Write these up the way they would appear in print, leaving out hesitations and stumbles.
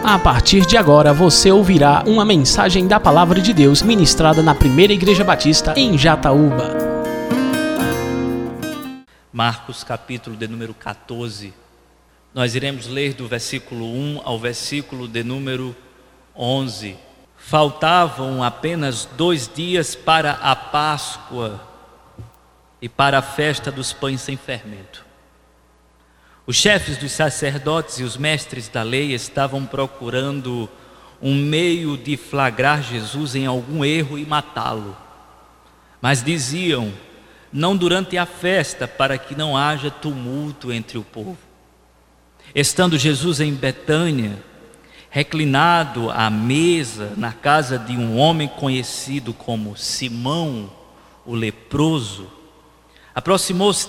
A partir de agora você ouvirá uma mensagem da Palavra de Deus ministrada na Primeira Igreja Batista em Jataúba. Marcos capítulo de número 14. Nós iremos ler do versículo 1 ao versículo de número 11. Faltavam apenas 2 dias para a Páscoa e para a festa dos pães sem fermento. Os chefes dos sacerdotes e os mestres da lei estavam procurando um meio de flagrar Jesus em algum erro e matá-lo. Mas diziam: não durante a festa, para que não haja tumulto entre o povo. Estando Jesus em Betânia, reclinado à mesa na casa de um homem conhecido como Simão, o leproso, aproximou-se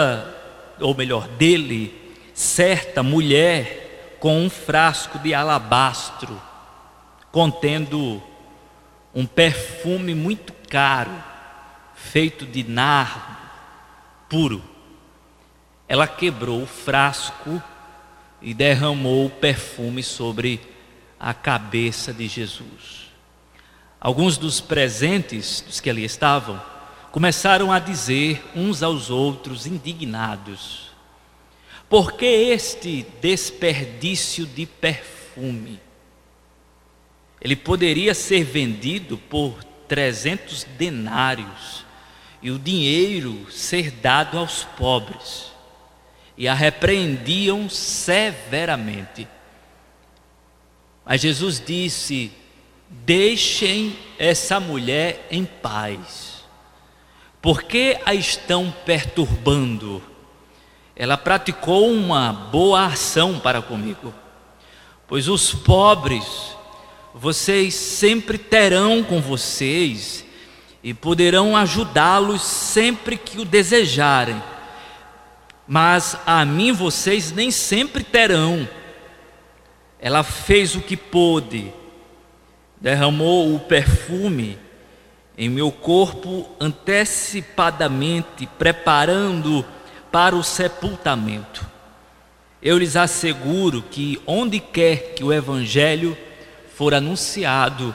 dele, certa mulher com um frasco de alabastro, contendo um perfume muito caro, feito de nardo puro. Ela quebrou o frasco e derramou o perfume sobre a cabeça de Jesus. Alguns dos presentes, dos que ali estavam, começaram a dizer uns aos outros, indignados: por que este desperdício de perfume? Ele poderia ser vendido por 300 denários e o dinheiro ser dado aos pobres. E a repreendiam severamente. Mas Jesus disse: deixem essa mulher em paz. Por que a estão perturbando? Ela praticou uma boa ação para comigo. Pois os pobres vocês sempre terão com vocês e poderão ajudá-los sempre que o desejarem. Mas a mim vocês nem sempre terão. Ela fez o que pôde, derramou o perfume em meu corpo antecipadamente, preparando para o sepultamento. Eu lhes asseguro que onde quer que o Evangelho for anunciado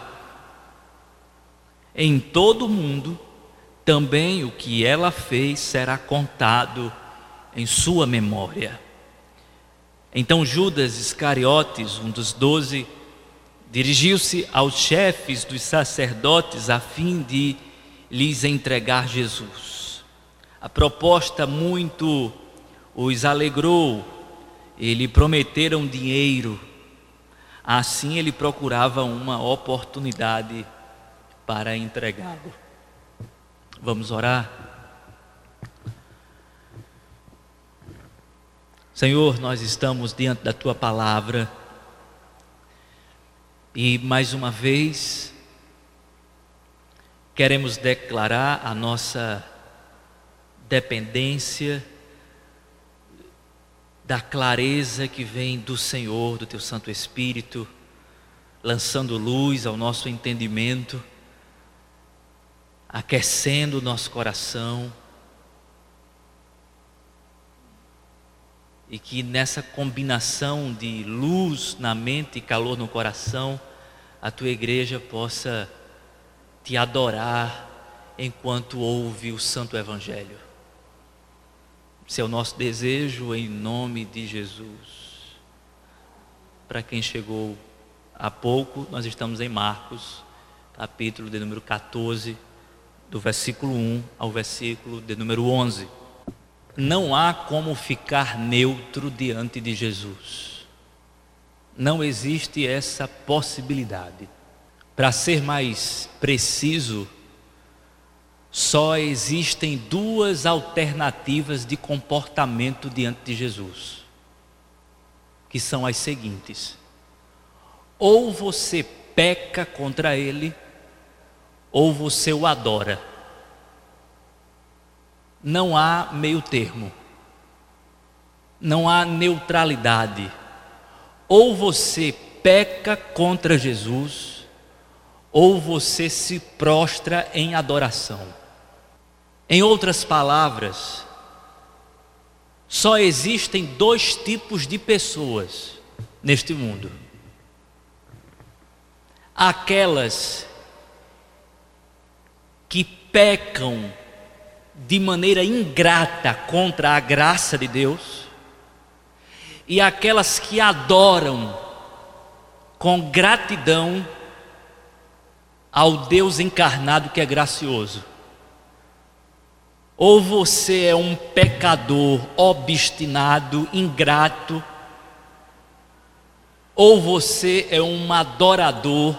em todo o mundo, também o que ela fez será contado em sua memória. Então Judas Iscariotes, um dos 12, dirigiu-se aos chefes dos sacerdotes a fim de lhes entregar Jesus. A proposta muito os alegrou e lhe prometeram dinheiro. Assim ele procurava uma oportunidade para entregá-lo. Vamos orar? Senhor, nós estamos diante da Tua palavra e mais uma vez queremos declarar a nossa dependência da clareza que vem do Senhor, do Teu Santo Espírito, lançando luz ao nosso entendimento, aquecendo o nosso coração. E que nessa combinação de luz na mente e calor no coração, a Tua igreja possa Te adorar enquanto ouve o Santo Evangelho. Esse é o nosso desejo em nome de Jesus. Para quem chegou há pouco, nós estamos em Marcos, capítulo de número 14, do versículo 1 ao versículo de número 11. Não há como ficar neutro diante de Jesus. Não existe essa possibilidade. Para ser mais preciso, só existem 2 alternativas de comportamento diante de Jesus, que são as seguintes: ou você peca contra Ele, ou você o adora. Não há meio termo, não há neutralidade. Ou você peca contra Jesus, ou você se prostra em adoração. Em outras palavras, só existem 2 tipos de pessoas neste mundo: aquelas que pecam de maneira ingrata contra a graça de Deus e aquelas que adoram com gratidão ao Deus encarnado que é gracioso. Ou você é um pecador obstinado, ingrato, ou você é um adorador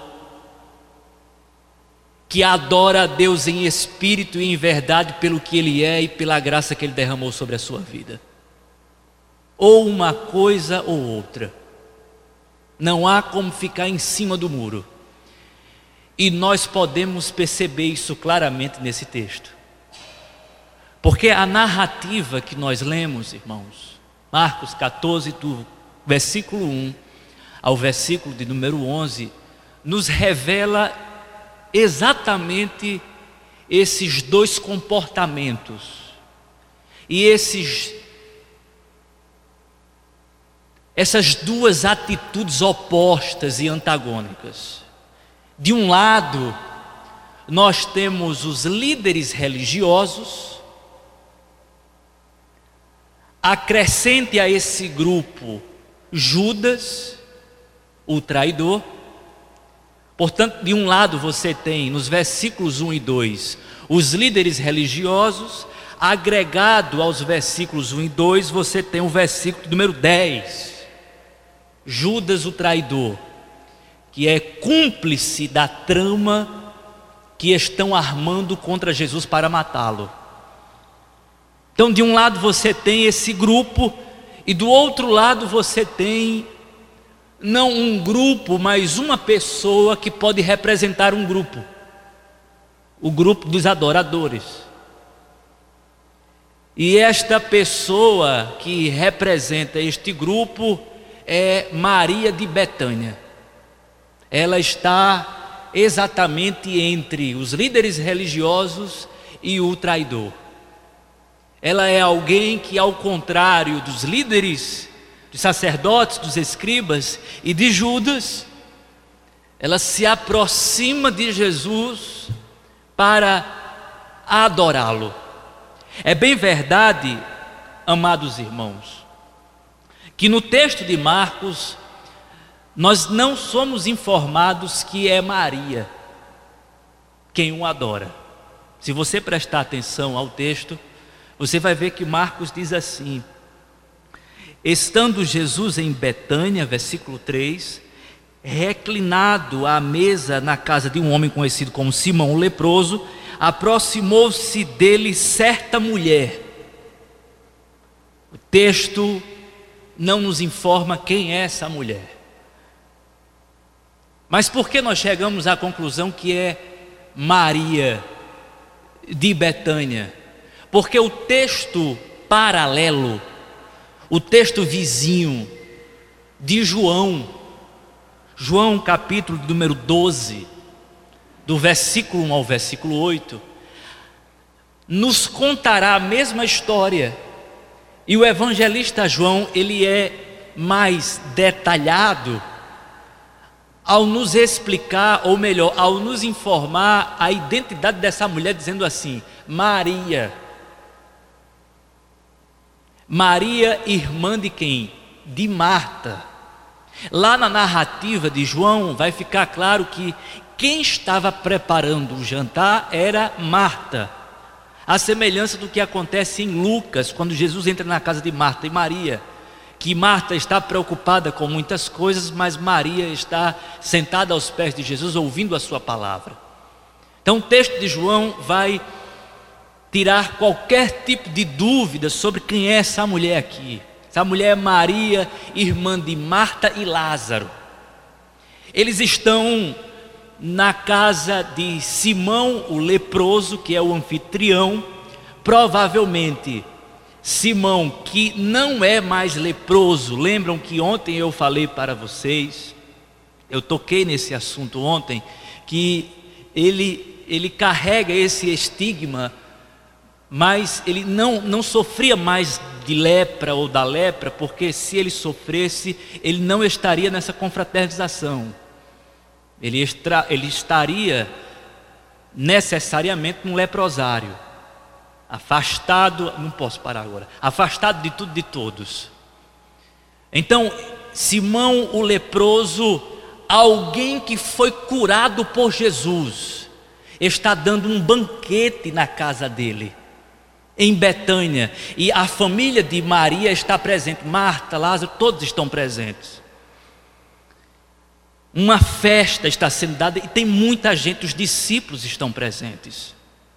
que adora a Deus em espírito e em verdade pelo que Ele é e pela graça que Ele derramou sobre a sua vida. Ou uma coisa ou outra. Não há como ficar em cima do muro. E nós podemos perceber isso claramente nesse texto. Porque a narrativa que nós lemos, irmãos, Marcos 14, do versículo 1 ao versículo de número 11, nos revela exatamente esses dois comportamentos e essas duas atitudes opostas e antagônicas. De um lado, nós temos os líderes religiosos. Acrescente a esse grupo Judas, o traidor. Portanto, de um lado você tem, nos versículos 1 e 2, os líderes religiosos. Agregado aos versículos 1 e 2, você tem o versículo número 10, Judas o traidor, que é cúmplice da trama que estão armando contra Jesus para matá-lo. Então, de um lado você tem esse grupo, e do outro lado você tem, não um grupo, mas uma pessoa que pode representar um grupo, o grupo dos adoradores. E esta pessoa que representa este grupo é Maria de Betânia. Ela está exatamente entre os líderes religiosos e o traidor. Ela é alguém que, ao contrário dos líderes, dos sacerdotes, dos escribas e de Judas, ela se aproxima de Jesus para adorá-lo. É bem verdade, amados irmãos, que no texto de Marcos nós não somos informados que é Maria quem o adora. Se você prestar atenção ao texto, você vai ver que Marcos diz assim: estando Jesus em Betânia, versículo 3, reclinado à mesa na casa de um homem conhecido como Simão o leproso, aproximou-se dele certa mulher. O texto não nos informa quem é essa mulher. Mas por que nós chegamos à conclusão que é Maria de Betânia? Porque o texto paralelo, o texto vizinho de João capítulo número 12, do versículo 1 ao versículo 8, nos contará a mesma história. E o evangelista João, ele é mais detalhado ao nos explicar, ou melhor, ao nos informar a identidade dessa mulher, dizendo assim: Maria. Maria, irmã de quem? De Marta. Lá na narrativa de João vai ficar claro que quem estava preparando o jantar era Marta. A semelhança do que acontece em Lucas, quando Jesus entra na casa de Marta e Maria, que Marta está preocupada com muitas coisas, mas Maria está sentada aos pés de Jesus, ouvindo a sua palavra. Então o texto de João vai tirar qualquer tipo de dúvida sobre quem é essa mulher aqui. Essa mulher é Maria, irmã de Marta e Lázaro. Eles estão na casa de Simão o leproso, que é o anfitrião. Provavelmente Simão, que não é mais leproso. Lembram que ontem eu falei para vocês, eu toquei nesse assunto ontem, que ele carrega esse estigma, mas ele não sofria mais de lepra ou da lepra, porque se ele sofresse, ele não estaria nessa confraternização. Ele estaria necessariamente num leprosário, afastado, não posso parar agora, afastado de tudo e de todos. Então, Simão o leproso, alguém que foi curado por Jesus, está dando um banquete na casa dele, em Betânia, e a família de Maria está presente, Marta, Lázaro, todos estão presentes. Uma festa está sendo dada e tem muita gente, os discípulos estão presentes.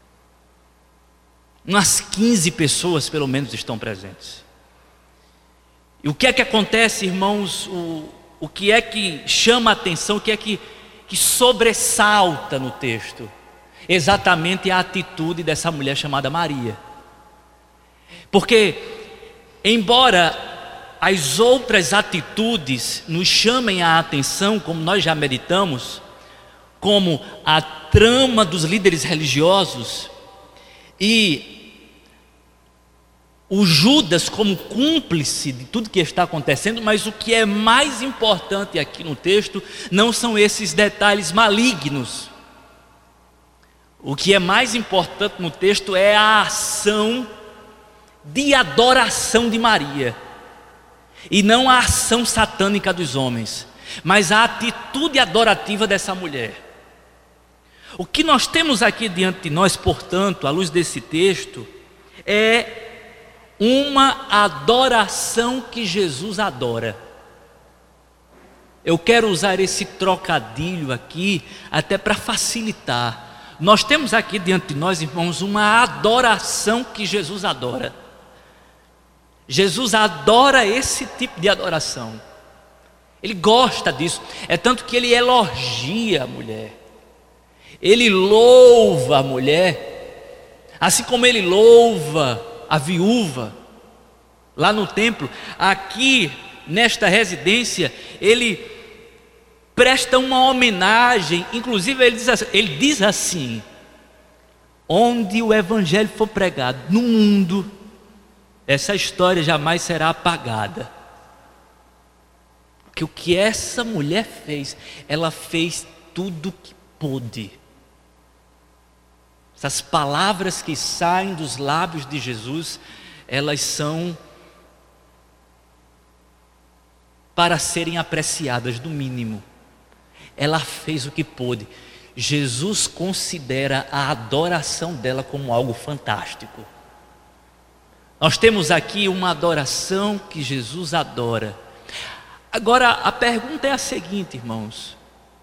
Umas 15 pessoas pelo menos estão presentes. E o que é que acontece, irmãos? O que é que chama a atenção, o que é que sobressalta no texto? Exatamente a atitude dessa mulher chamada Maria. Porque, embora as outras atitudes nos chamem a atenção, como nós já meditamos, como a trama dos líderes religiosos e o Judas como cúmplice de tudo que está acontecendo, mas o que é mais importante aqui no texto não são esses detalhes malignos. O que é mais importante no texto é a ação de adoração de Maria, e não a ação satânica dos homens, mas a atitude adorativa dessa mulher. O que nós temos aqui diante de nós, portanto, à luz desse texto, é uma adoração que Jesus adora. Eu quero usar esse trocadilho aqui até para facilitar. Nós temos aqui diante de nós, irmãos, uma adoração que Jesus adora. Jesus adora esse tipo de adoração. Ele gosta disso. É tanto que ele elogia a mulher. Ele louva a mulher, assim como ele louva a viúva lá no templo. Aqui nesta residência ele presta uma homenagem. Inclusive ele diz assim: onde o evangelho for pregado no mundo, essa história jamais será apagada. Porque o que essa mulher fez, ela fez tudo o que pôde. Essas palavras que saem dos lábios de Jesus, elas são para serem apreciadas, no mínimo. Ela fez o que pôde. Jesus considera a adoração dela como algo fantástico. Nós temos aqui uma adoração que Jesus adora. Agora a pergunta é a seguinte, irmãos: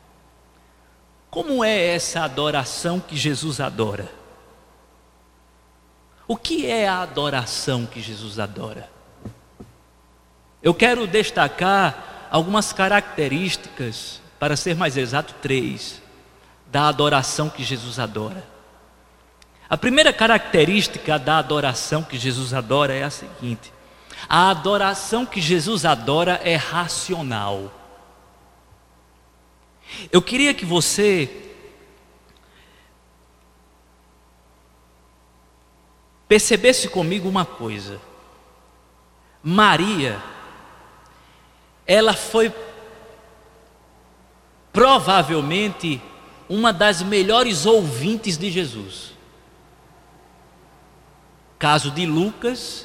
como é essa adoração que Jesus adora? O que é a adoração que Jesus adora? Eu quero destacar algumas características, para ser mais exato, 3, da adoração que Jesus adora. A primeira característica da adoração que Jesus adora é a seguinte: a adoração que Jesus adora é racional. Eu queria que você percebesse comigo uma coisa. Maria, ela foi provavelmente uma das melhores ouvintes de Jesus. O caso de Lucas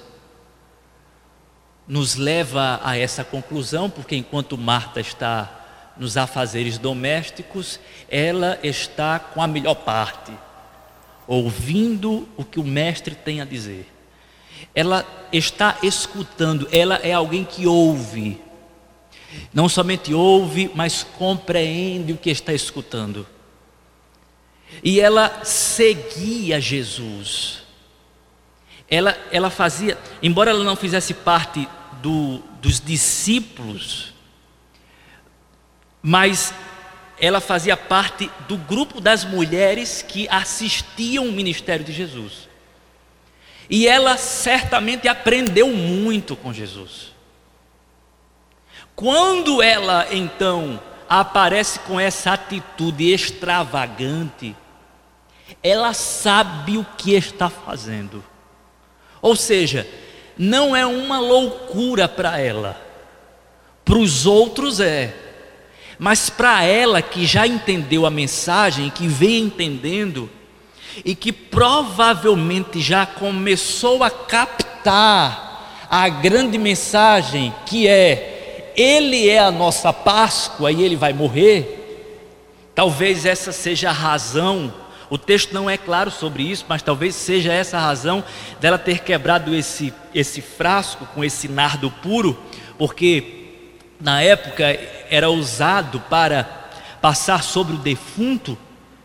nos leva a essa conclusão, porque enquanto Marta está nos afazeres domésticos, ela está com a melhor parte, ouvindo o que o mestre tem a dizer. Ela está escutando, ela é alguém que ouve. Não somente ouve, mas compreende o que está escutando. E ela seguia Jesus. Ela fazia, embora ela não fizesse parte dos discípulos, mas ela fazia parte do grupo das mulheres que assistiam o ministério de Jesus. E ela certamente aprendeu muito com Jesus. Quando ela então aparece com essa atitude extravagante, ela sabe o que está fazendo. Ou seja, não é uma loucura para ela. Para os outros é. Mas para ela que já entendeu a mensagem, que vem entendendo, e que provavelmente já começou a captar a grande mensagem, que é: Ele é a nossa Páscoa e Ele vai morrer. Talvez essa seja a razão, o texto não é claro sobre isso, mas talvez seja essa a razão dela ter quebrado esse frasco com esse nardo puro, porque na época era usado para passar sobre o defunto.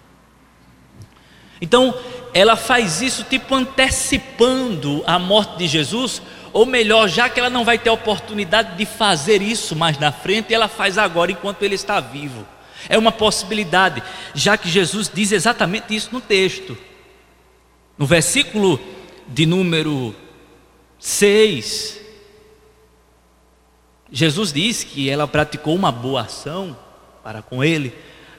Então ela faz isso tipo antecipando a morte de Jesus, ou melhor, já que ela não vai ter a oportunidade de fazer isso mais na frente, ela faz agora enquanto ele está vivo. É uma possibilidade, já que Jesus diz exatamente isso no texto. No versículo de número 6, Jesus diz que ela praticou uma boa ação para com ele.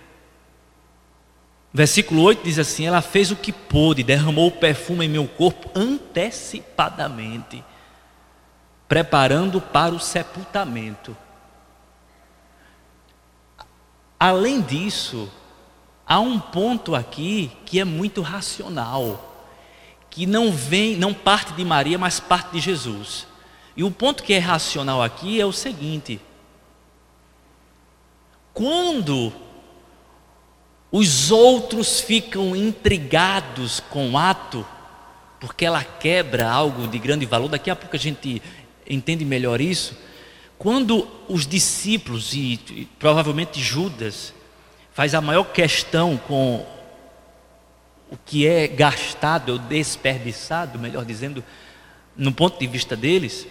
Versículo 8 diz assim: ela fez o que pôde, derramou o perfume em meu corpo antecipadamente, preparando para o sepultamento. Além disso, há um ponto aqui que é muito racional, que não parte de Maria, mas parte de Jesus. E o ponto que é racional aqui é o seguinte: quando os outros ficam intrigados com o ato, porque ela quebra algo de grande valor, daqui a pouco a gente entende melhor isso. Quando os discípulos e provavelmente Judas faz a maior questão com o que é gastado ou desperdiçado, melhor dizendo, no ponto de vista deles,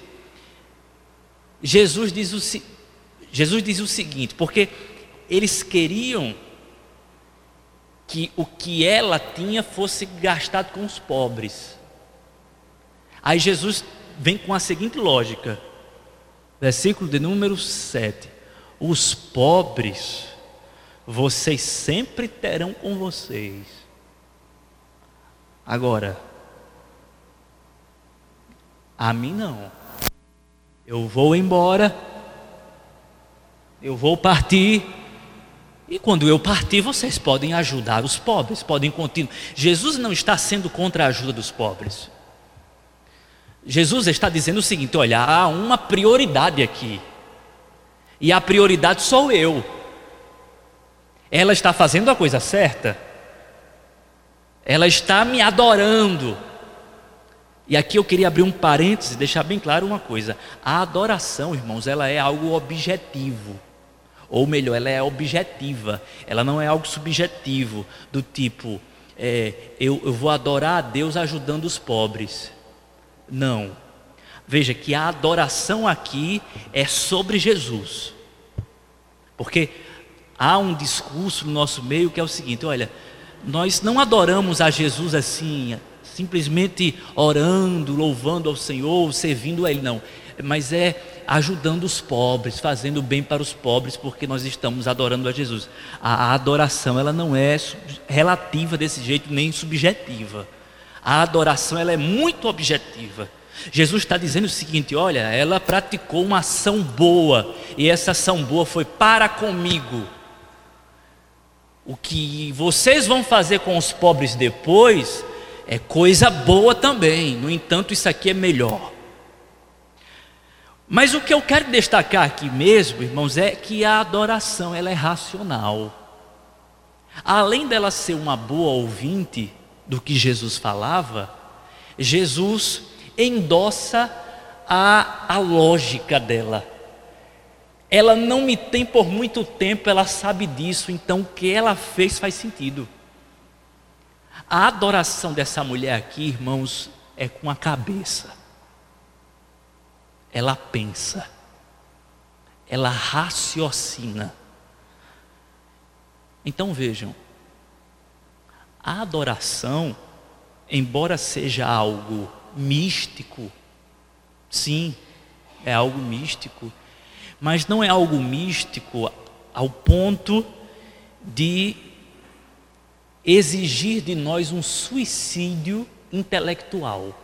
Jesus diz o seguinte, porque eles queriam que o que ela tinha fosse gastado com os pobres. Aí Jesus vem com a seguinte lógica, versículo de número 7: os pobres vocês sempre terão com vocês. Agora, a mim não. Eu vou embora, eu vou partir, e quando eu partir vocês podem ajudar os pobres, podem continuar. Jesus não está sendo contra a ajuda dos pobres. Jesus está dizendo o seguinte: olha, há uma prioridade aqui, e a prioridade sou eu. Ela está fazendo a coisa certa, ela está me adorando. E aqui eu queria abrir um parêntese, deixar bem claro uma coisa: a adoração, irmãos, ela é algo objetivo, ou melhor, ela é objetiva, ela não é algo subjetivo, do tipo, eu vou adorar a Deus ajudando os pobres. Não, veja que a adoração aqui é sobre Jesus, porque há um discurso no nosso meio que é o seguinte: olha, nós não adoramos a Jesus assim, simplesmente orando, louvando ao Senhor, servindo a Ele, não, mas é ajudando os pobres, fazendo bem para os pobres, porque nós estamos adorando a Jesus. A adoração, ela não é relativa desse jeito, nem subjetiva. A adoração, ela é muito objetiva. Jesus está dizendo o seguinte: olha, ela praticou uma ação boa, e essa ação boa foi para comigo. O que vocês vão fazer com os pobres depois é coisa boa também, no entanto isso aqui é melhor. Mas o que eu quero destacar aqui mesmo, irmãos, é que a adoração, ela é racional. Além dela ser uma boa ouvinte do que Jesus falava, Jesus endossa a lógica dela. Ela não me tem por muito tempo, ela sabe disso, então o que ela fez faz sentido. A adoração dessa mulher aqui, irmãos, é com a cabeça. Ela pensa, ela raciocina. Então vejam, a adoração, embora seja algo místico, sim, é algo místico, mas não é algo místico ao ponto de exigir de nós um suicídio intelectual.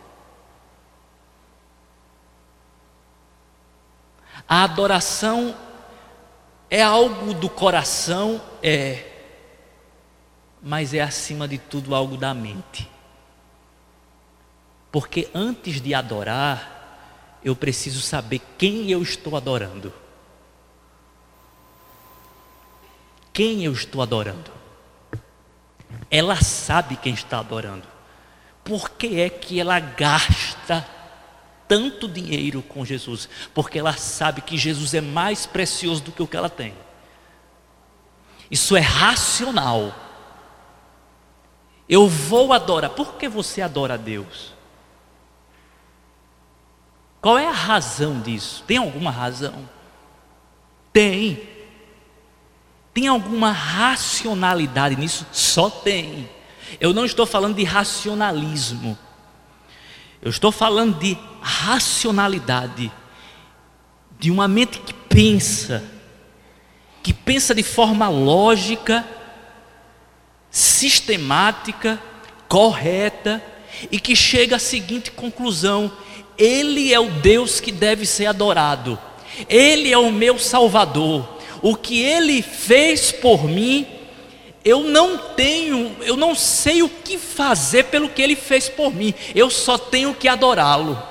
A adoração É algo do coração? É. Mas é acima de tudo algo da mente. Porque antes de adorar, eu preciso saber quem eu estou adorando. Quem eu estou adorando? Ela sabe quem está adorando. Por que é que ela gasta tanto dinheiro com Jesus? Porque ela sabe que Jesus é mais precioso do que o que ela tem. Isso é racional. Eu vou adorar. Por que você adora a Deus? Qual é a razão disso? Tem alguma razão? Tem. Tem alguma racionalidade nisso? Só tem. Eu não estou falando de racionalismo. Eu estou falando de racionalidade. De uma mente que pensa de forma lógica, sistemática, correta, e que chega à seguinte conclusão: Ele é o Deus que deve ser adorado. Ele é o meu Salvador. O que Ele fez por mim, eu não sei o que fazer pelo que Ele fez por mim. Eu só tenho que adorá-lo.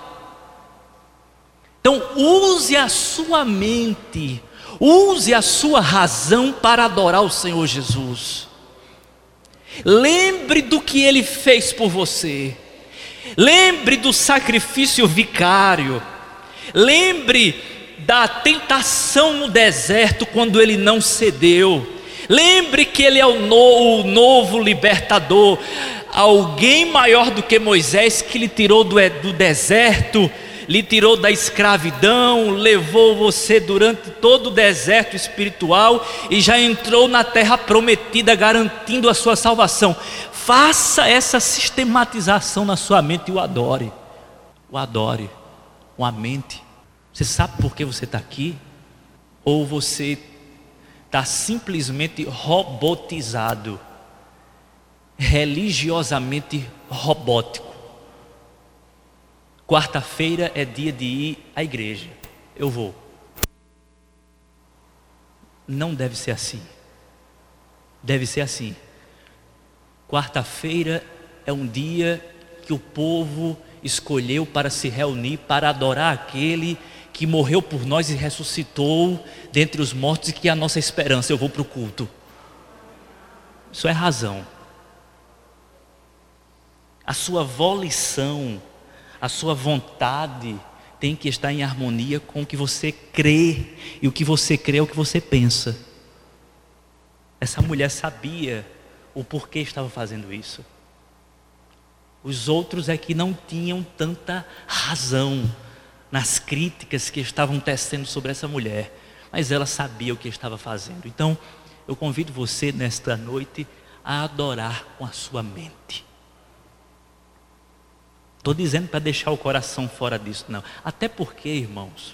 Então use a sua mente, use a sua razão para adorar o Senhor Jesus. Lembre do que Ele fez por você. Lembre do sacrifício vicário. Lembre da tentação no deserto quando Ele não cedeu. Lembre que Ele é o novo libertador. Alguém maior do que Moisés, que lhe tirou do deserto, lhe tirou da escravidão, levou você durante todo o deserto espiritual e já entrou na terra prometida, garantindo a sua salvação. Faça essa sistematização na sua mente e o adore. O adore com a mente. Você sabe por que você está aqui? Ou você está simplesmente robotizado, religiosamente robótico? Quarta-feira é dia de ir à igreja. Eu vou. Não deve ser assim. Deve ser assim. Quarta-feira é um dia que o povo escolheu para se reunir, para adorar aquele que morreu por nós e ressuscitou dentre os mortos e que é a nossa esperança. Eu vou para o culto. Isso é razão. A sua volição, a sua vontade tem que estar em harmonia com o que você crê. E o que você crê é o que você pensa. Essa mulher sabia o porquê estava fazendo isso. Os outros é que não tinham tanta razão nas críticas que estavam tecendo sobre essa mulher, mas ela sabia o que estava fazendo. Então eu convido você nesta noite a adorar com a sua mente. Estou dizendo para deixar o coração fora disso, não. Até porque, irmãos,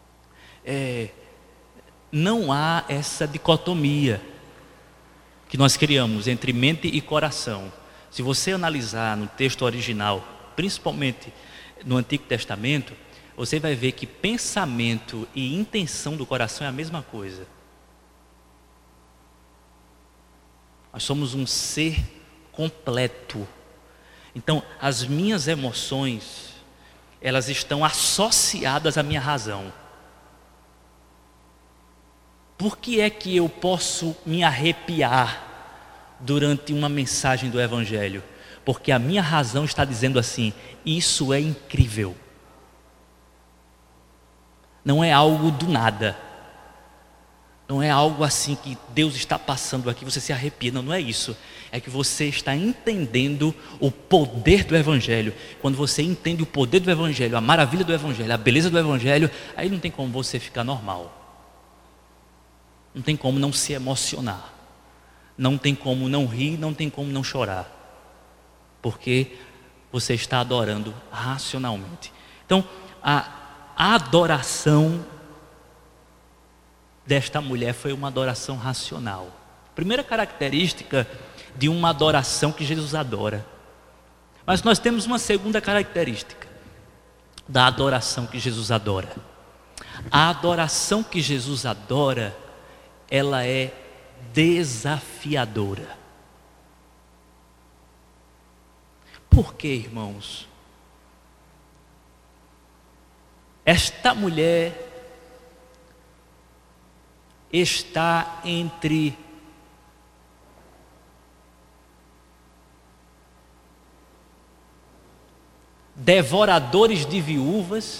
não há essa dicotomia que nós criamos entre mente e coração. Se você analisar no texto original, principalmente no Antigo Testamento, você vai ver que pensamento e intenção do coração é a mesma coisa. Nós somos um ser completo. Então, as minhas emoções, elas estão associadas à minha razão. Por que é que eu posso me arrepiar durante uma mensagem do Evangelho? Porque a minha razão está dizendo assim: isso é incrível. Não é algo do nada. Não é algo assim que Deus está passando aqui, você se arrepia. Não, não é isso. É que você está entendendo o poder do Evangelho. Quando você entende o poder do Evangelho, a maravilha do Evangelho, a beleza do Evangelho, aí não tem como você ficar normal. Não tem como não se emocionar. Não tem como não rir, não tem como não chorar. Porque você está adorando racionalmente. Então, a adoração desta mulher foi uma adoração racional. Primeira característica de uma adoração que Jesus adora. Mas nós temos uma segunda característica da adoração que Jesus adora. A adoração que Jesus adora ela é desafiadora. Por quê, irmãos? Esta mulher está entre devoradores de viúvas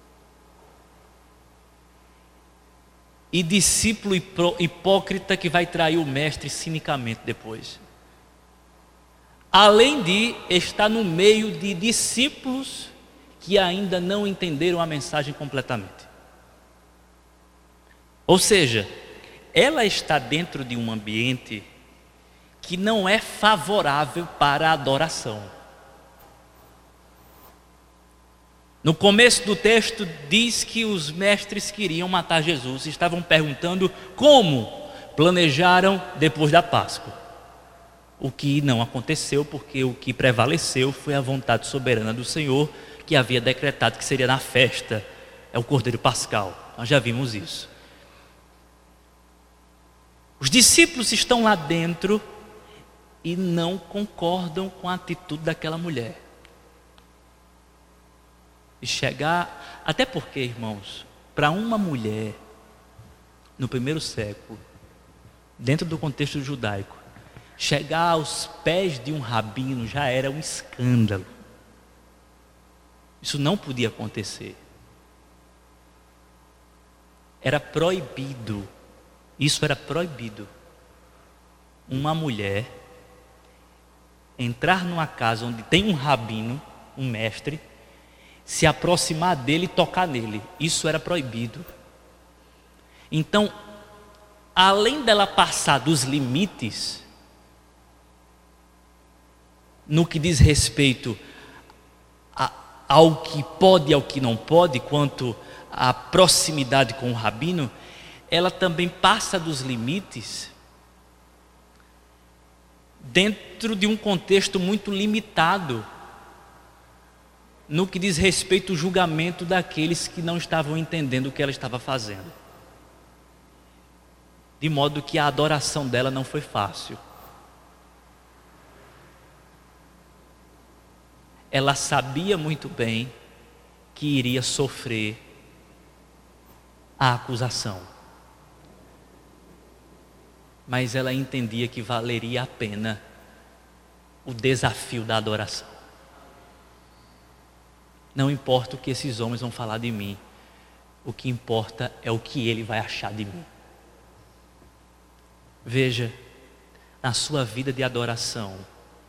e discípulo hipócrita que vai trair o mestre cinicamente depois. Além de estar no meio de discípulos que ainda não entenderam a mensagem completamente. Ou seja, ela está dentro de um ambiente que não é favorável para a adoração. No começo do texto diz que os mestres queriam matar Jesus, estavam perguntando como. Planejaram depois da Páscoa. O que não aconteceu, porque o que prevaleceu foi a vontade soberana do Senhor, que havia decretado que seria na festa, é o Cordeiro Pascal. Nós já vimos isso. Os discípulos estão lá dentro e não concordam com a atitude daquela mulher. E chegar, até porque, irmãos, para uma mulher no primeiro século, dentro do contexto judaico, chegar aos pés de um rabino já era um escândalo. Isso não podia acontecer. Era proibido. Isso era proibido. Uma mulher entrar numa casa onde tem um rabino, um mestre, se aproximar dele e tocar nele. Isso era proibido. Então, além dela passar dos limites, no que diz respeito ao que pode e ao que não pode, quanto à proximidade com o rabino, ela também passa dos limites dentro de um contexto muito limitado, no que diz respeito ao julgamento daqueles que não estavam entendendo o que ela estava fazendo. De modo que a adoração dela não foi fácil. Ela sabia muito bem que iria sofrer a acusação. Mas ela entendia que valeria a pena o desafio da adoração. Não importa o que esses homens vão falar de mim, o que importa é o que ele vai achar de mim. Veja, na sua vida de adoração,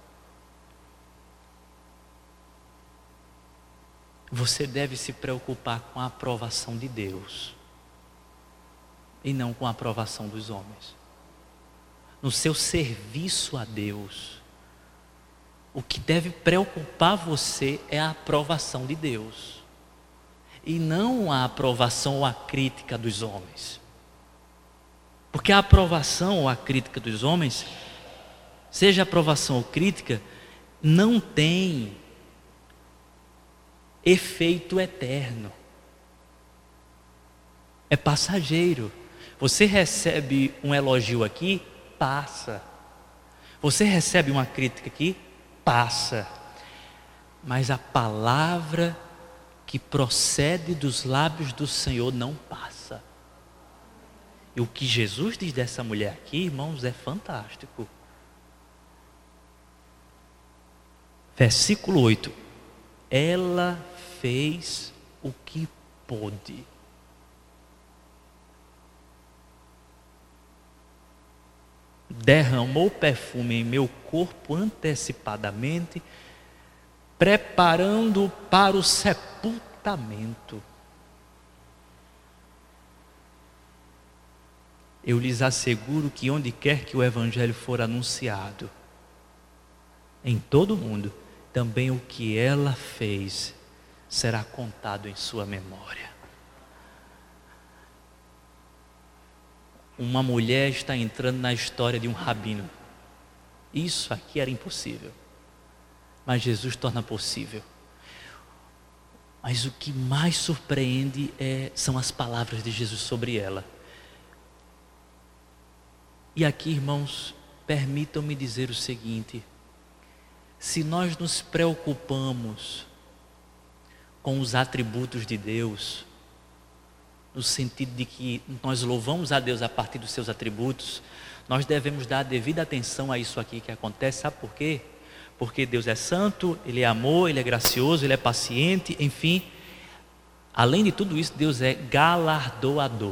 você deve se preocupar com a aprovação de Deus e não com a aprovação dos homens. No seu serviço a Deus, o que deve preocupar você é a aprovação de Deus e não a aprovação ou a crítica dos homens. Porque a aprovação ou a crítica dos homens, seja aprovação ou crítica, não tem efeito eterno. É passageiro. Você recebe um elogio aqui, passa. Você recebe uma crítica aqui, passa. Mas a palavra que procede dos lábios do Senhor não passa. E o que Jesus diz dessa mulher aqui, irmãos, é fantástico. Versículo 8. Ela fez o que pôde. Derramou perfume em meu corpo antecipadamente, preparando-o para o sepultamento. Eu lhes asseguro que onde quer que o evangelho for anunciado, em todo o mundo, também o que ela fez será contado em sua memória. Uma mulher está entrando na história de um rabino. Isso aqui era impossível, mas Jesus torna possível. Mas o que mais surpreende são as palavras de Jesus sobre ela. E aqui, irmãos, permitam-me dizer o seguinte: se nós nos preocupamos com os atributos de Deus, no sentido de que nós louvamos a Deus a partir dos seus atributos, nós devemos dar a devida atenção a isso aqui que acontece. Sabe por quê? Porque Deus é santo, Ele é amor, Ele é gracioso, Ele é paciente, enfim. Além de tudo isso, Deus é galardoador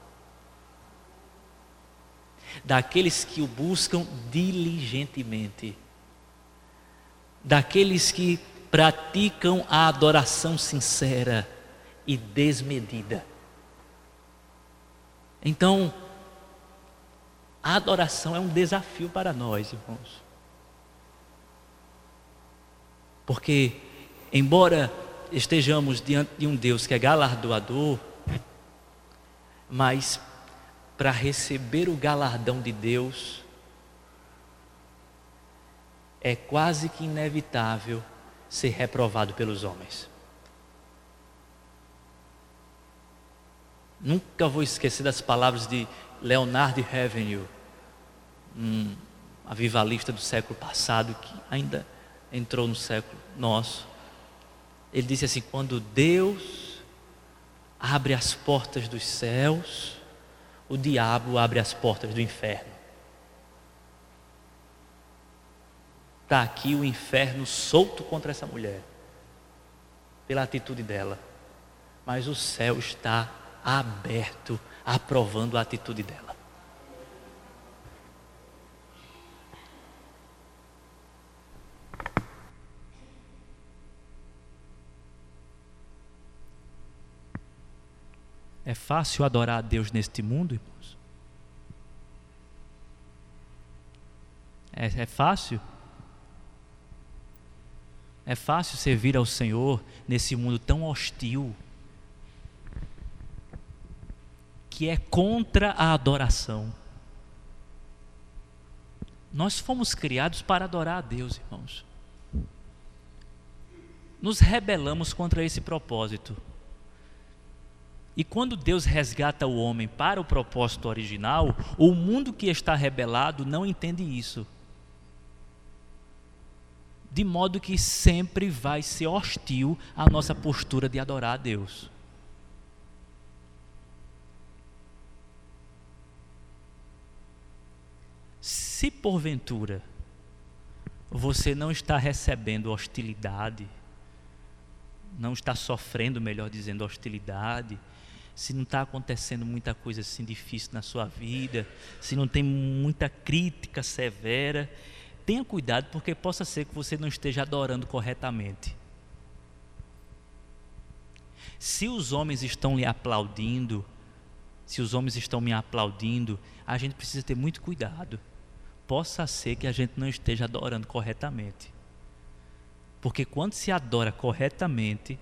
daqueles que o buscam diligentemente, daqueles que praticam a adoração sincera e desmedida. Então, a adoração é um desafio para nós, irmãos. Porque, embora estejamos diante de um Deus que é galardoador, mas para receber o galardão de Deus, é quase que inevitável ser reprovado pelos homens. Nunca vou esquecer das palavras de Leonard Ravenhill, um avivalista do século passado, que ainda entrou no século nosso. Ele disse assim: quando Deus abre as portas dos céus, o diabo abre as portas do inferno. Está aqui o inferno solto contra essa mulher, pela atitude dela, mas o céu está aberto, aprovando a atitude dela. É fácil adorar a Deus neste mundo, irmãos? É fácil? É fácil servir ao Senhor nesse mundo tão hostil, que é contra a adoração. Nós fomos criados para adorar a Deus, irmãos. Nos rebelamos contra esse propósito. E quando Deus resgata o homem para o propósito original, o mundo que está rebelado não entende isso. De modo que sempre vai ser hostil à nossa postura de adorar a Deus. Se porventura você não está recebendo hostilidade, não está sofrendo, melhor dizendo, hostilidade, se não está acontecendo muita coisa assim difícil na sua vida, se não tem muita crítica severa, tenha cuidado, porque possa ser que você não esteja adorando corretamente. Se os homens estão lhe aplaudindo, se os homens estão me aplaudindo, a gente precisa ter muito cuidado. Possa ser que a gente não esteja adorando corretamente. Porque quando se adora corretamente,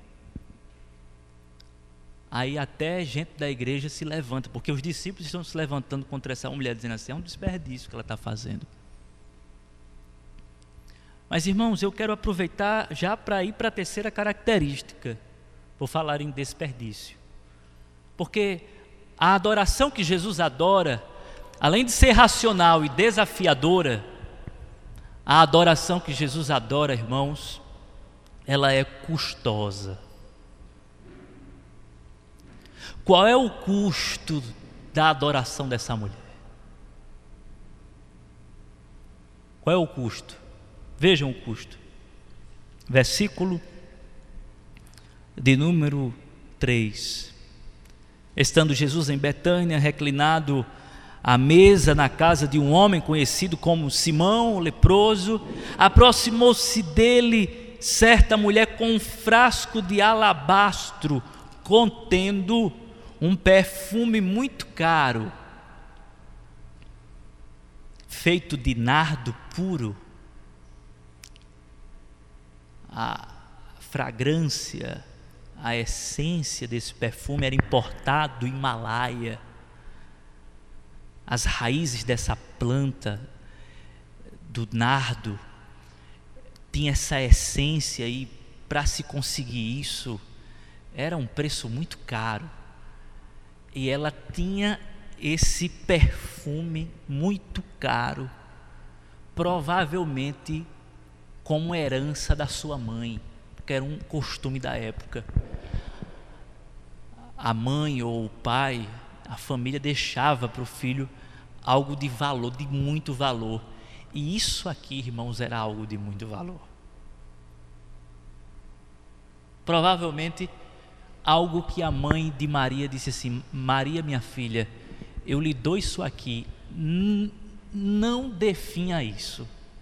aí até gente da igreja se levanta, porque os discípulos estão se levantando contra essa mulher, dizendo assim: é um desperdício que ela está fazendo. Mas, irmãos, eu quero aproveitar já para ir para a terceira característica, por falar em desperdício. Porque a adoração que Jesus adora, além de ser racional e desafiadora, a adoração que Jesus adora, irmãos, ela é custosa. Qual é o custo da adoração dessa mulher? Qual é o custo? Vejam o custo. Versículo de número 3. Estando Jesus em Betânia, reclinado à mesa na casa de um homem conhecido como Simão, o leproso, aproximou-se dele certa mulher com um frasco de alabastro contendo um perfume muito caro, feito de nardo puro. A fragrância, a essência desse perfume era importado do Himalaia. As raízes dessa planta do nardo tinha essa essência, e para se conseguir isso era um preço muito caro. E ela tinha esse perfume muito caro, provavelmente como herança da sua mãe, que era um costume da época. A mãe ou o pai, a família deixava para o filho algo de valor, de muito valor. E isso aqui, irmãos, era algo de muito valor. Provavelmente algo que a mãe de Maria disse assim: Maria, minha filha, eu lhe dou isso aqui, não definha isso.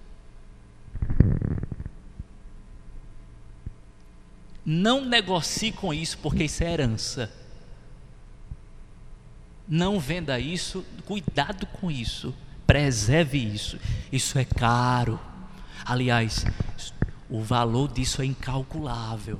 Não negocie com isso, porque isso é herança. Não venda isso, cuidado com isso, preserve isso. Isso é caro. Aliás, o valor disso é incalculável.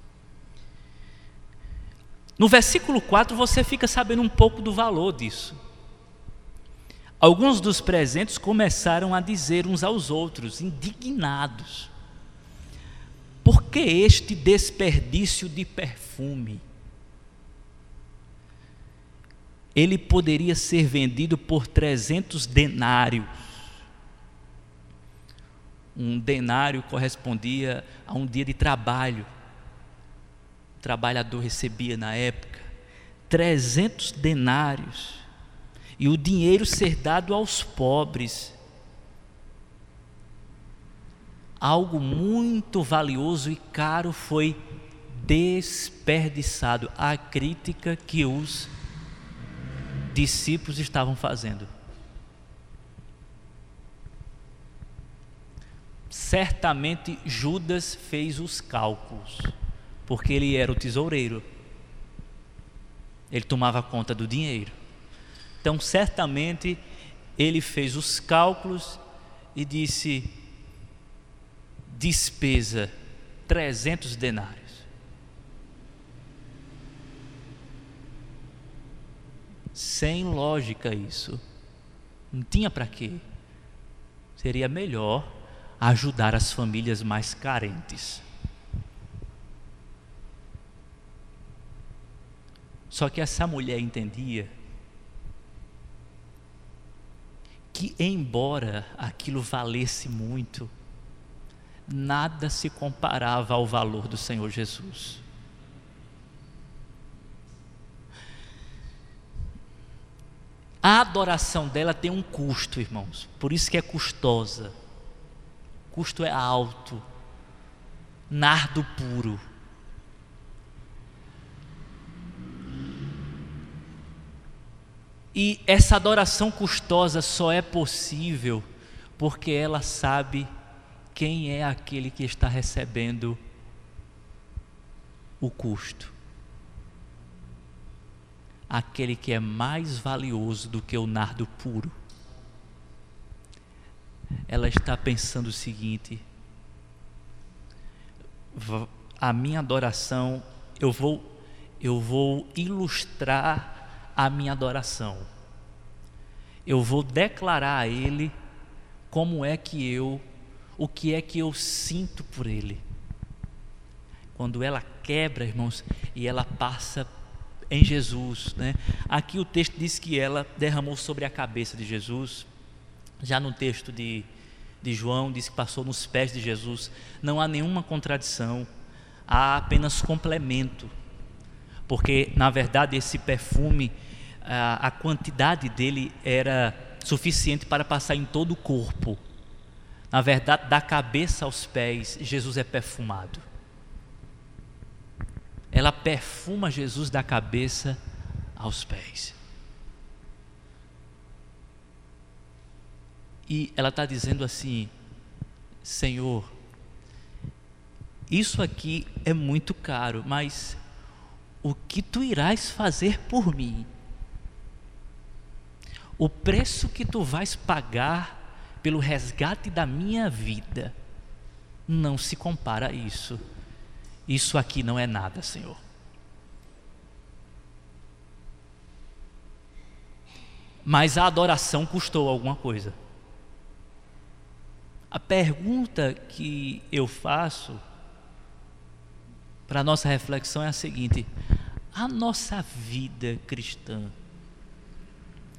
No versículo 4 você fica sabendo um pouco do valor disso. Alguns dos presentes começaram a dizer uns aos outros, indignados: por que este desperdício de perfume? Ele poderia ser vendido por 300 denários. Um denário correspondia a um dia de trabalho. O trabalhador recebia na época 300 denários. E o dinheiro ser dado aos pobres. Algo muito valioso e caro foi desperdiçado. A crítica que os discípulos estavam fazendo. Certamente Judas fez os cálculos, porque ele era o tesoureiro. Ele tomava conta do dinheiro. Então, certamente, ele fez os cálculos e disse: despesa 300 denários. Sem lógica isso. Não tinha para quê. Seria melhor ajudar as famílias mais carentes. Só que essa mulher entendia que, embora aquilo valesse muito, nada se comparava ao valor do Senhor Jesus. A adoração dela tem um custo, irmãos, por isso que é custosa. O custo é alto, nardo puro. E essa adoração custosa só é possível porque ela sabe quem é aquele que está recebendo o custo. Aquele que é mais valioso do que o nardo puro. Ela está pensando o seguinte: a minha adoração, eu vou ilustrar a minha adoração. Eu vou declarar a Ele o que é que eu sinto por Ele. Quando ela quebra, irmãos, e ela passa em Jesus, né? Aqui o texto diz que ela derramou sobre a cabeça de Jesus. Já no texto de João diz que passou nos pés de Jesus. Não há nenhuma contradição, há apenas complemento, porque na verdade esse perfume, a quantidade dele era suficiente para passar em todo o corpo. Na verdade, da cabeça aos pés, Jesus é perfumado. Ela perfuma Jesus da cabeça aos pés. E ela está dizendo assim: Senhor, isso aqui é muito caro, mas o que tu irás fazer por mim? O preço que tu vais pagar pelo resgate da minha vida não se compara a isso. Isso aqui não é nada, Senhor. Mas a adoração custou alguma coisa. A pergunta que eu faço para a nossa reflexão é a seguinte: a nossa vida cristã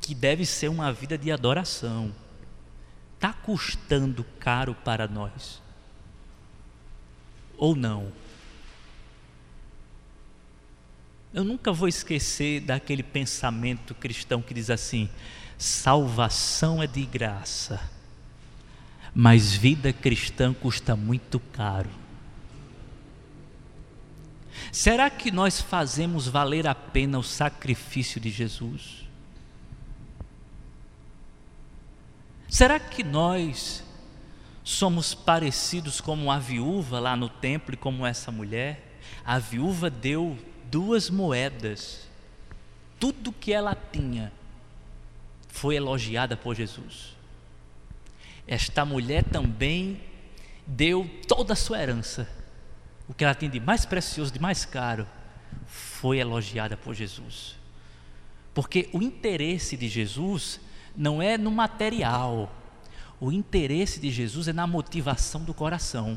que deve ser uma vida de adoração. Está custando caro para nós? Ou não? Eu nunca vou esquecer daquele pensamento cristão que diz assim: salvação é de graça, mas vida cristã custa muito caro. Será que nós fazemos valer a pena o sacrifício de Jesus? Será que nós somos parecidos como a viúva lá no templo e como essa mulher? A viúva deu 2 moedas, tudo que ela tinha foi elogiada por Jesus. Esta mulher também deu toda a sua herança, o que ela tinha de mais precioso, de mais caro, foi elogiada por Jesus. Porque o interesse de Jesus não é no material, o interesse de Jesus é na motivação do coração.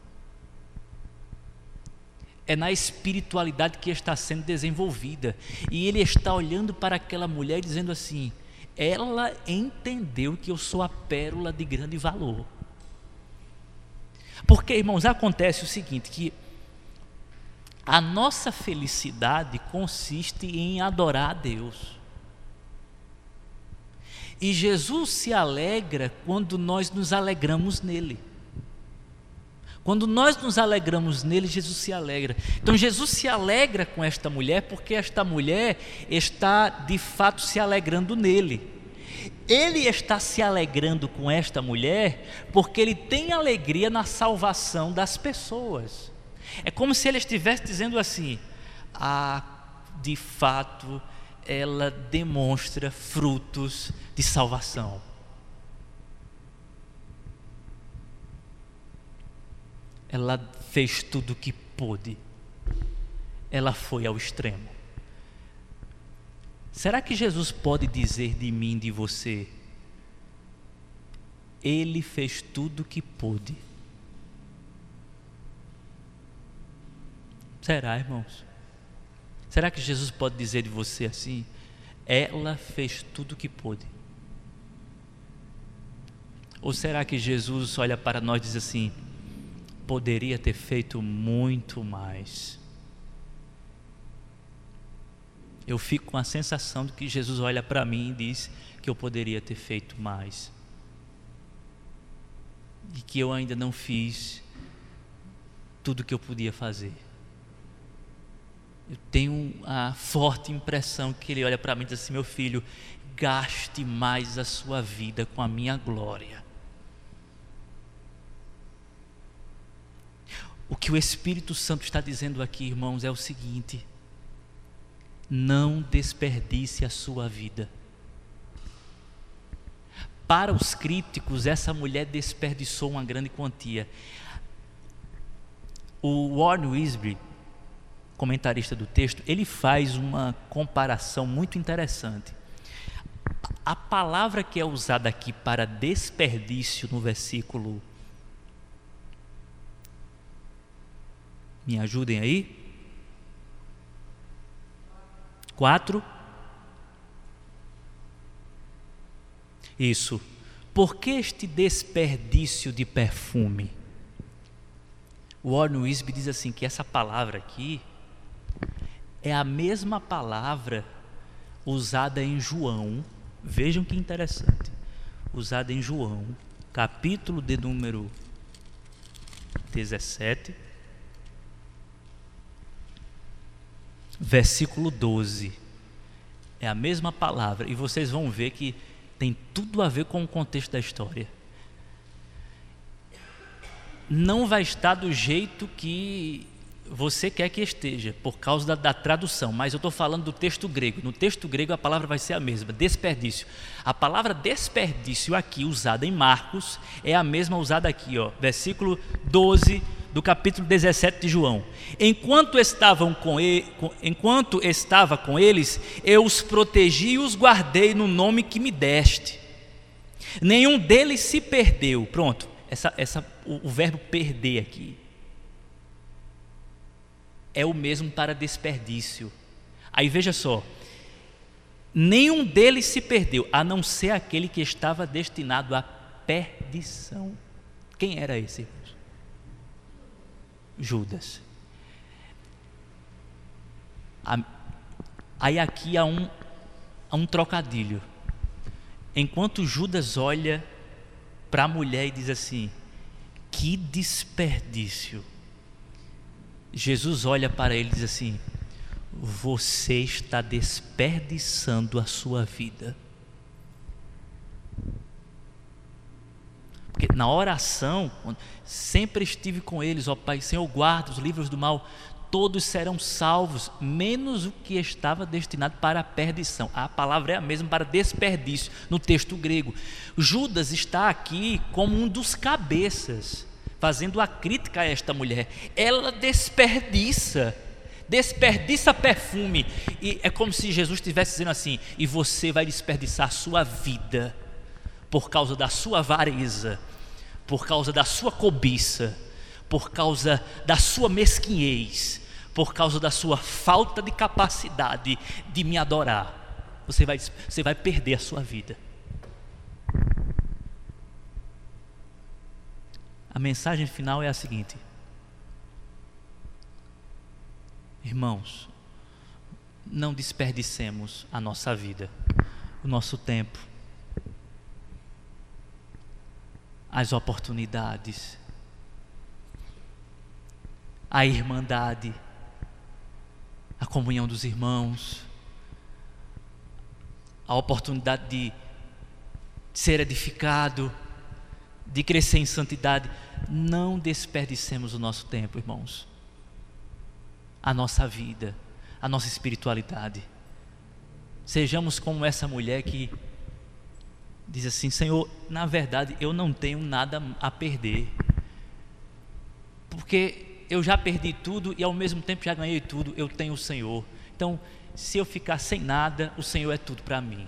É na espiritualidade que está sendo desenvolvida. E ele está olhando para aquela mulher dizendo assim: ela entendeu que eu sou a pérola de grande valor. Porque, irmãos, acontece o seguinte, que a nossa felicidade consiste em adorar a Deus. E Jesus se alegra quando nós nos alegramos nele. Quando nós nos alegramos nele, Jesus se alegra. Então Jesus se alegra com esta mulher porque esta mulher está de fato se alegrando nele. Ele está se alegrando com esta mulher porque ele tem alegria na salvação das pessoas. É como se ele estivesse dizendo assim: de fato ela demonstra frutos de salvação. Ela fez tudo o que pôde. Ela foi ao extremo. Será que Jesus pode dizer de mim, de você: ele fez tudo o que pôde? Será, irmãos? Será que Jesus pode dizer de você assim: ela fez tudo o que pôde? Ou será que Jesus olha para nós e diz assim: poderia ter feito muito mais? Eu fico com a sensação de que Jesus olha para mim e diz que eu poderia ter feito mais, e que eu ainda não fiz tudo o que eu podia fazer. Eu tenho a forte impressão que ele olha para mim e diz assim: meu filho, gaste mais a sua vida com a minha glória. O que o Espírito Santo está dizendo aqui, irmãos, é o seguinte: não desperdice a sua vida. Para os críticos, essa mulher desperdiçou uma grande quantia. O Warren Wiersbe, comentarista do texto, ele faz uma comparação muito interessante. A palavra que é usada aqui para desperdício no versículo, me ajudem aí, 4. Isso. Por que este desperdício de perfume? O Warren Wiersbe diz assim, que essa palavra aqui é a mesma palavra usada em João. Vejam que interessante. Usada em João, capítulo de número 17, versículo 12. É a mesma palavra, e vocês vão ver que tem tudo a ver com o contexto da história. Não vai estar do jeito que você quer que esteja, por causa da tradução, mas eu estou falando do texto grego. No texto grego a palavra vai ser a mesma, desperdício. A palavra desperdício aqui, usada em Marcos, é a mesma usada aqui, ó, versículo 12 do capítulo 17 de João. Enquanto estava com eles, eu os protegi e os guardei no nome que me deste. Nenhum deles se perdeu. Pronto, o verbo perder aqui é o mesmo para desperdício. Aí veja só, nenhum deles se perdeu, a não ser aquele que estava destinado à perdição. Quem era esse, irmãos? Judas. Aí aqui há um trocadilho. Enquanto Judas olha para a mulher e diz assim: que desperdício, Jesus olha para ele e diz assim: você está desperdiçando a sua vida. Porque na oração, sempre estive com eles, ó Pai, Senhor, guarda os livros do mal, todos serão salvos, menos o que estava destinado para a perdição. A palavra é a mesma para desperdício no texto grego. Judas está aqui como um dos cabeças, fazendo a crítica a esta mulher. Ela desperdiça perfume, e é como se Jesus estivesse dizendo assim: e você vai desperdiçar a sua vida por causa da sua avareza, por causa da sua cobiça, por causa da sua mesquinhez, por causa da sua falta de capacidade de me adorar. Você vai perder a sua vida. A mensagem final é a seguinte: irmãos, não desperdicemos a nossa vida, o nosso tempo, as oportunidades, a irmandade, a comunhão dos irmãos, a oportunidade de ser edificado, de crescer em santidade. Não desperdicemos o nosso tempo, irmãos, a nossa vida, a nossa espiritualidade. Sejamos como essa mulher que diz assim: Senhor, na verdade eu não tenho nada a perder, porque eu já perdi tudo e ao mesmo tempo já ganhei tudo. Eu tenho o Senhor, então se eu ficar sem nada, o Senhor é tudo para mim.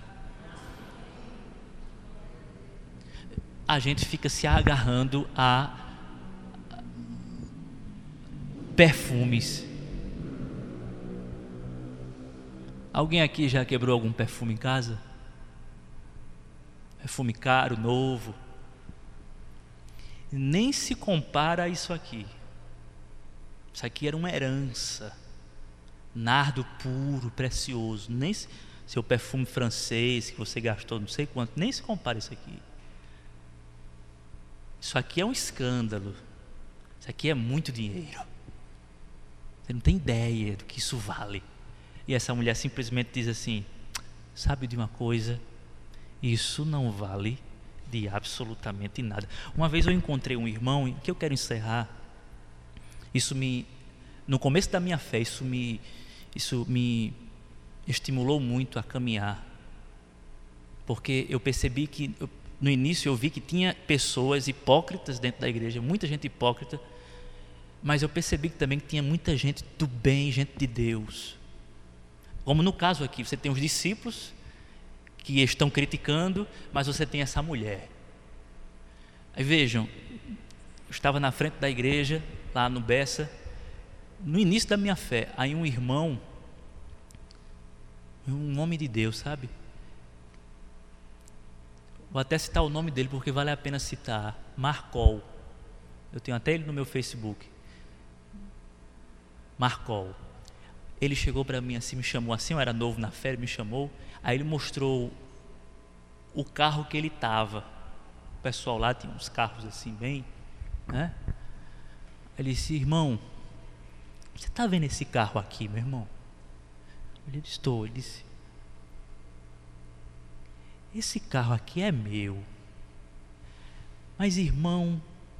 A gente fica se agarrando a perfumes. Alguém aqui já quebrou algum perfume em casa? Perfume caro, novo. Nem se compara a isso aqui. Isso aqui era uma herança, nardo puro, precioso. Nem seu perfume francês que você gastou não sei quanto, nem se compara isso aqui. Isso aqui é um escândalo. Isso aqui é muito dinheiro. Você não tem ideia do que isso vale. E essa mulher simplesmente diz assim: sabe de uma coisa? Isso não vale de absolutamente nada. Uma vez eu encontrei um irmão, que eu quero encerrar. No começo da minha fé, isso me estimulou muito a caminhar. Porque eu percebi que, no início eu vi que tinha pessoas hipócritas dentro da igreja, muita gente hipócrita, mas eu percebi que também tinha muita gente do bem, gente de Deus. Como no caso aqui, você tem os discípulos que estão criticando, mas você tem essa mulher. Aí vejam, eu estava na frente da igreja, lá no Bessa, no início da minha fé, aí um irmão, um homem de Deus, sabe? Vou até citar o nome dele porque vale a pena citar. Marcol. Eu tenho até ele no meu Facebook. Marcol. Ele chegou para mim assim, me chamou assim, eu era novo na fé, ele me chamou. Aí ele mostrou o carro que ele estava. O pessoal lá tinha uns carros assim bem, né? Ele disse: irmão, você está vendo esse carro aqui, meu irmão? Eu disse: estou. Ele disse: esse carro aqui é meu. Mas irmão,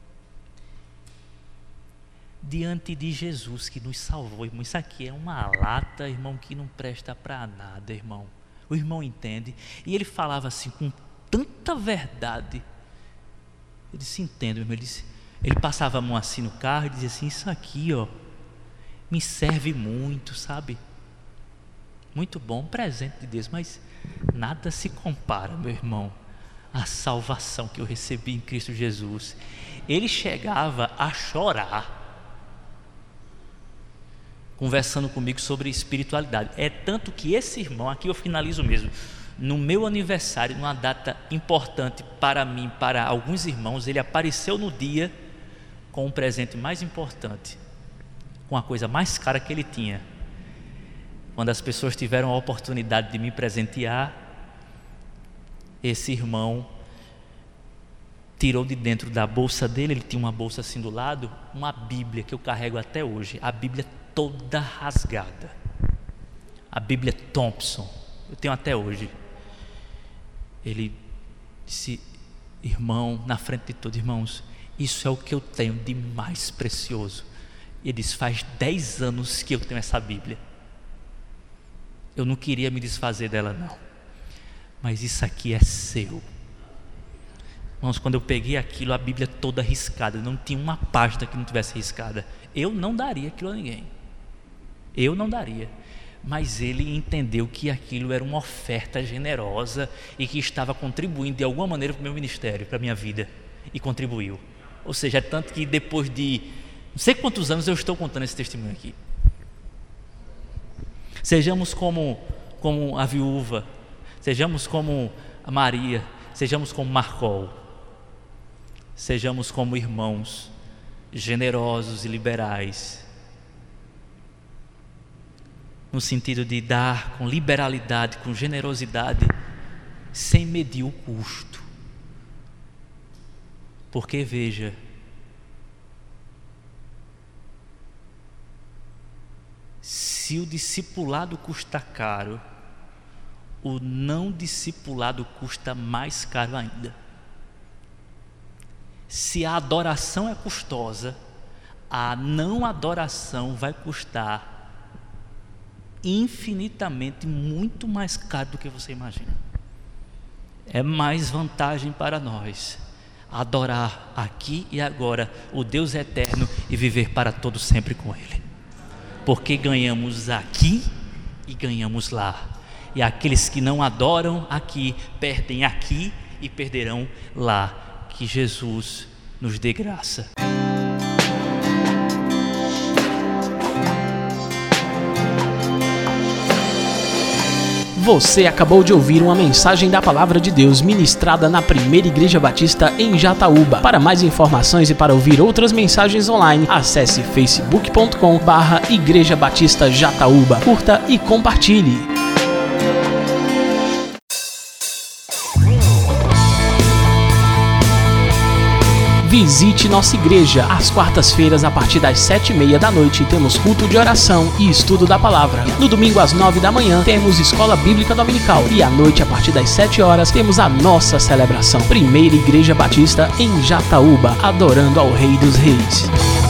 diante de Jesus que nos salvou, irmão, isso aqui é uma lata, irmão, que não presta para nada, irmão. O irmão entende. E ele falava assim com tanta verdade. Eu disse: entendo, irmão. Ele passava a mão assim no carro e dizia assim: isso aqui, ó, me serve muito, sabe? Muito bom, presente de Deus, mas nada se compara, meu irmão, à salvação que eu recebi em Cristo Jesus. Ele chegava a chorar conversando comigo sobre espiritualidade. É tanto que esse irmão, aqui eu finalizo mesmo, no meu aniversário, numa data importante para mim, para alguns irmãos, ele apareceu no dia com o presente mais importante, com a coisa mais cara que ele tinha. Quando as pessoas tiveram a oportunidade de me presentear, esse irmão tirou de dentro da bolsa dele, ele tinha uma bolsa assim do lado, uma Bíblia que eu carrego até hoje, a Bíblia toda rasgada, a Bíblia Thompson, eu tenho até hoje. Ele disse: irmão, na frente de todos, irmãos, isso é o que eu tenho de mais precioso. Ele disse: faz 10 anos que eu tenho essa Bíblia, eu não queria me desfazer dela não, mas isso aqui é seu. Irmãos, quando eu peguei aquilo, a Bíblia toda riscada, não tinha uma página que não tivesse riscada. Eu não daria aquilo a ninguém, eu não daria. Mas ele entendeu que aquilo era uma oferta generosa e que estava contribuindo de alguma maneira para o meu ministério, para a minha vida, e contribuiu. Ou seja, é tanto que depois de não sei quantos anos eu estou contando esse testemunho aqui. Sejamos como a viúva, sejamos como a Maria, sejamos como Marcol, sejamos como irmãos generosos e liberais, no sentido de dar com liberalidade, com generosidade, sem medir o custo. Porque veja, se o discipulado custa caro, o não discipulado custa mais caro ainda. Se a adoração é custosa, a não adoração vai custar infinitamente muito mais caro do que você imagina. É mais vantagem para nós adorar aqui e agora o Deus eterno e viver para todo sempre com Ele, porque ganhamos aqui e ganhamos lá, e aqueles que não adoram aqui perdem aqui e perderão lá. Que Jesus nos dê graça. Você acabou de ouvir uma mensagem da Palavra de Deus ministrada na Primeira Igreja Batista em Jataúba. Para mais informações e para ouvir outras mensagens online, acesse facebook.com/Igreja Batista Jataúba. Curta e compartilhe. Visite nossa igreja. Às quartas-feiras, a partir das 7:30 da noite, temos culto de oração e estudo da palavra. No domingo, às 9 da manhã, temos escola bíblica dominical. E à noite, a partir das 7 horas, temos a nossa celebração. Primeira Igreja Batista em Jataúba, adorando ao Rei dos Reis.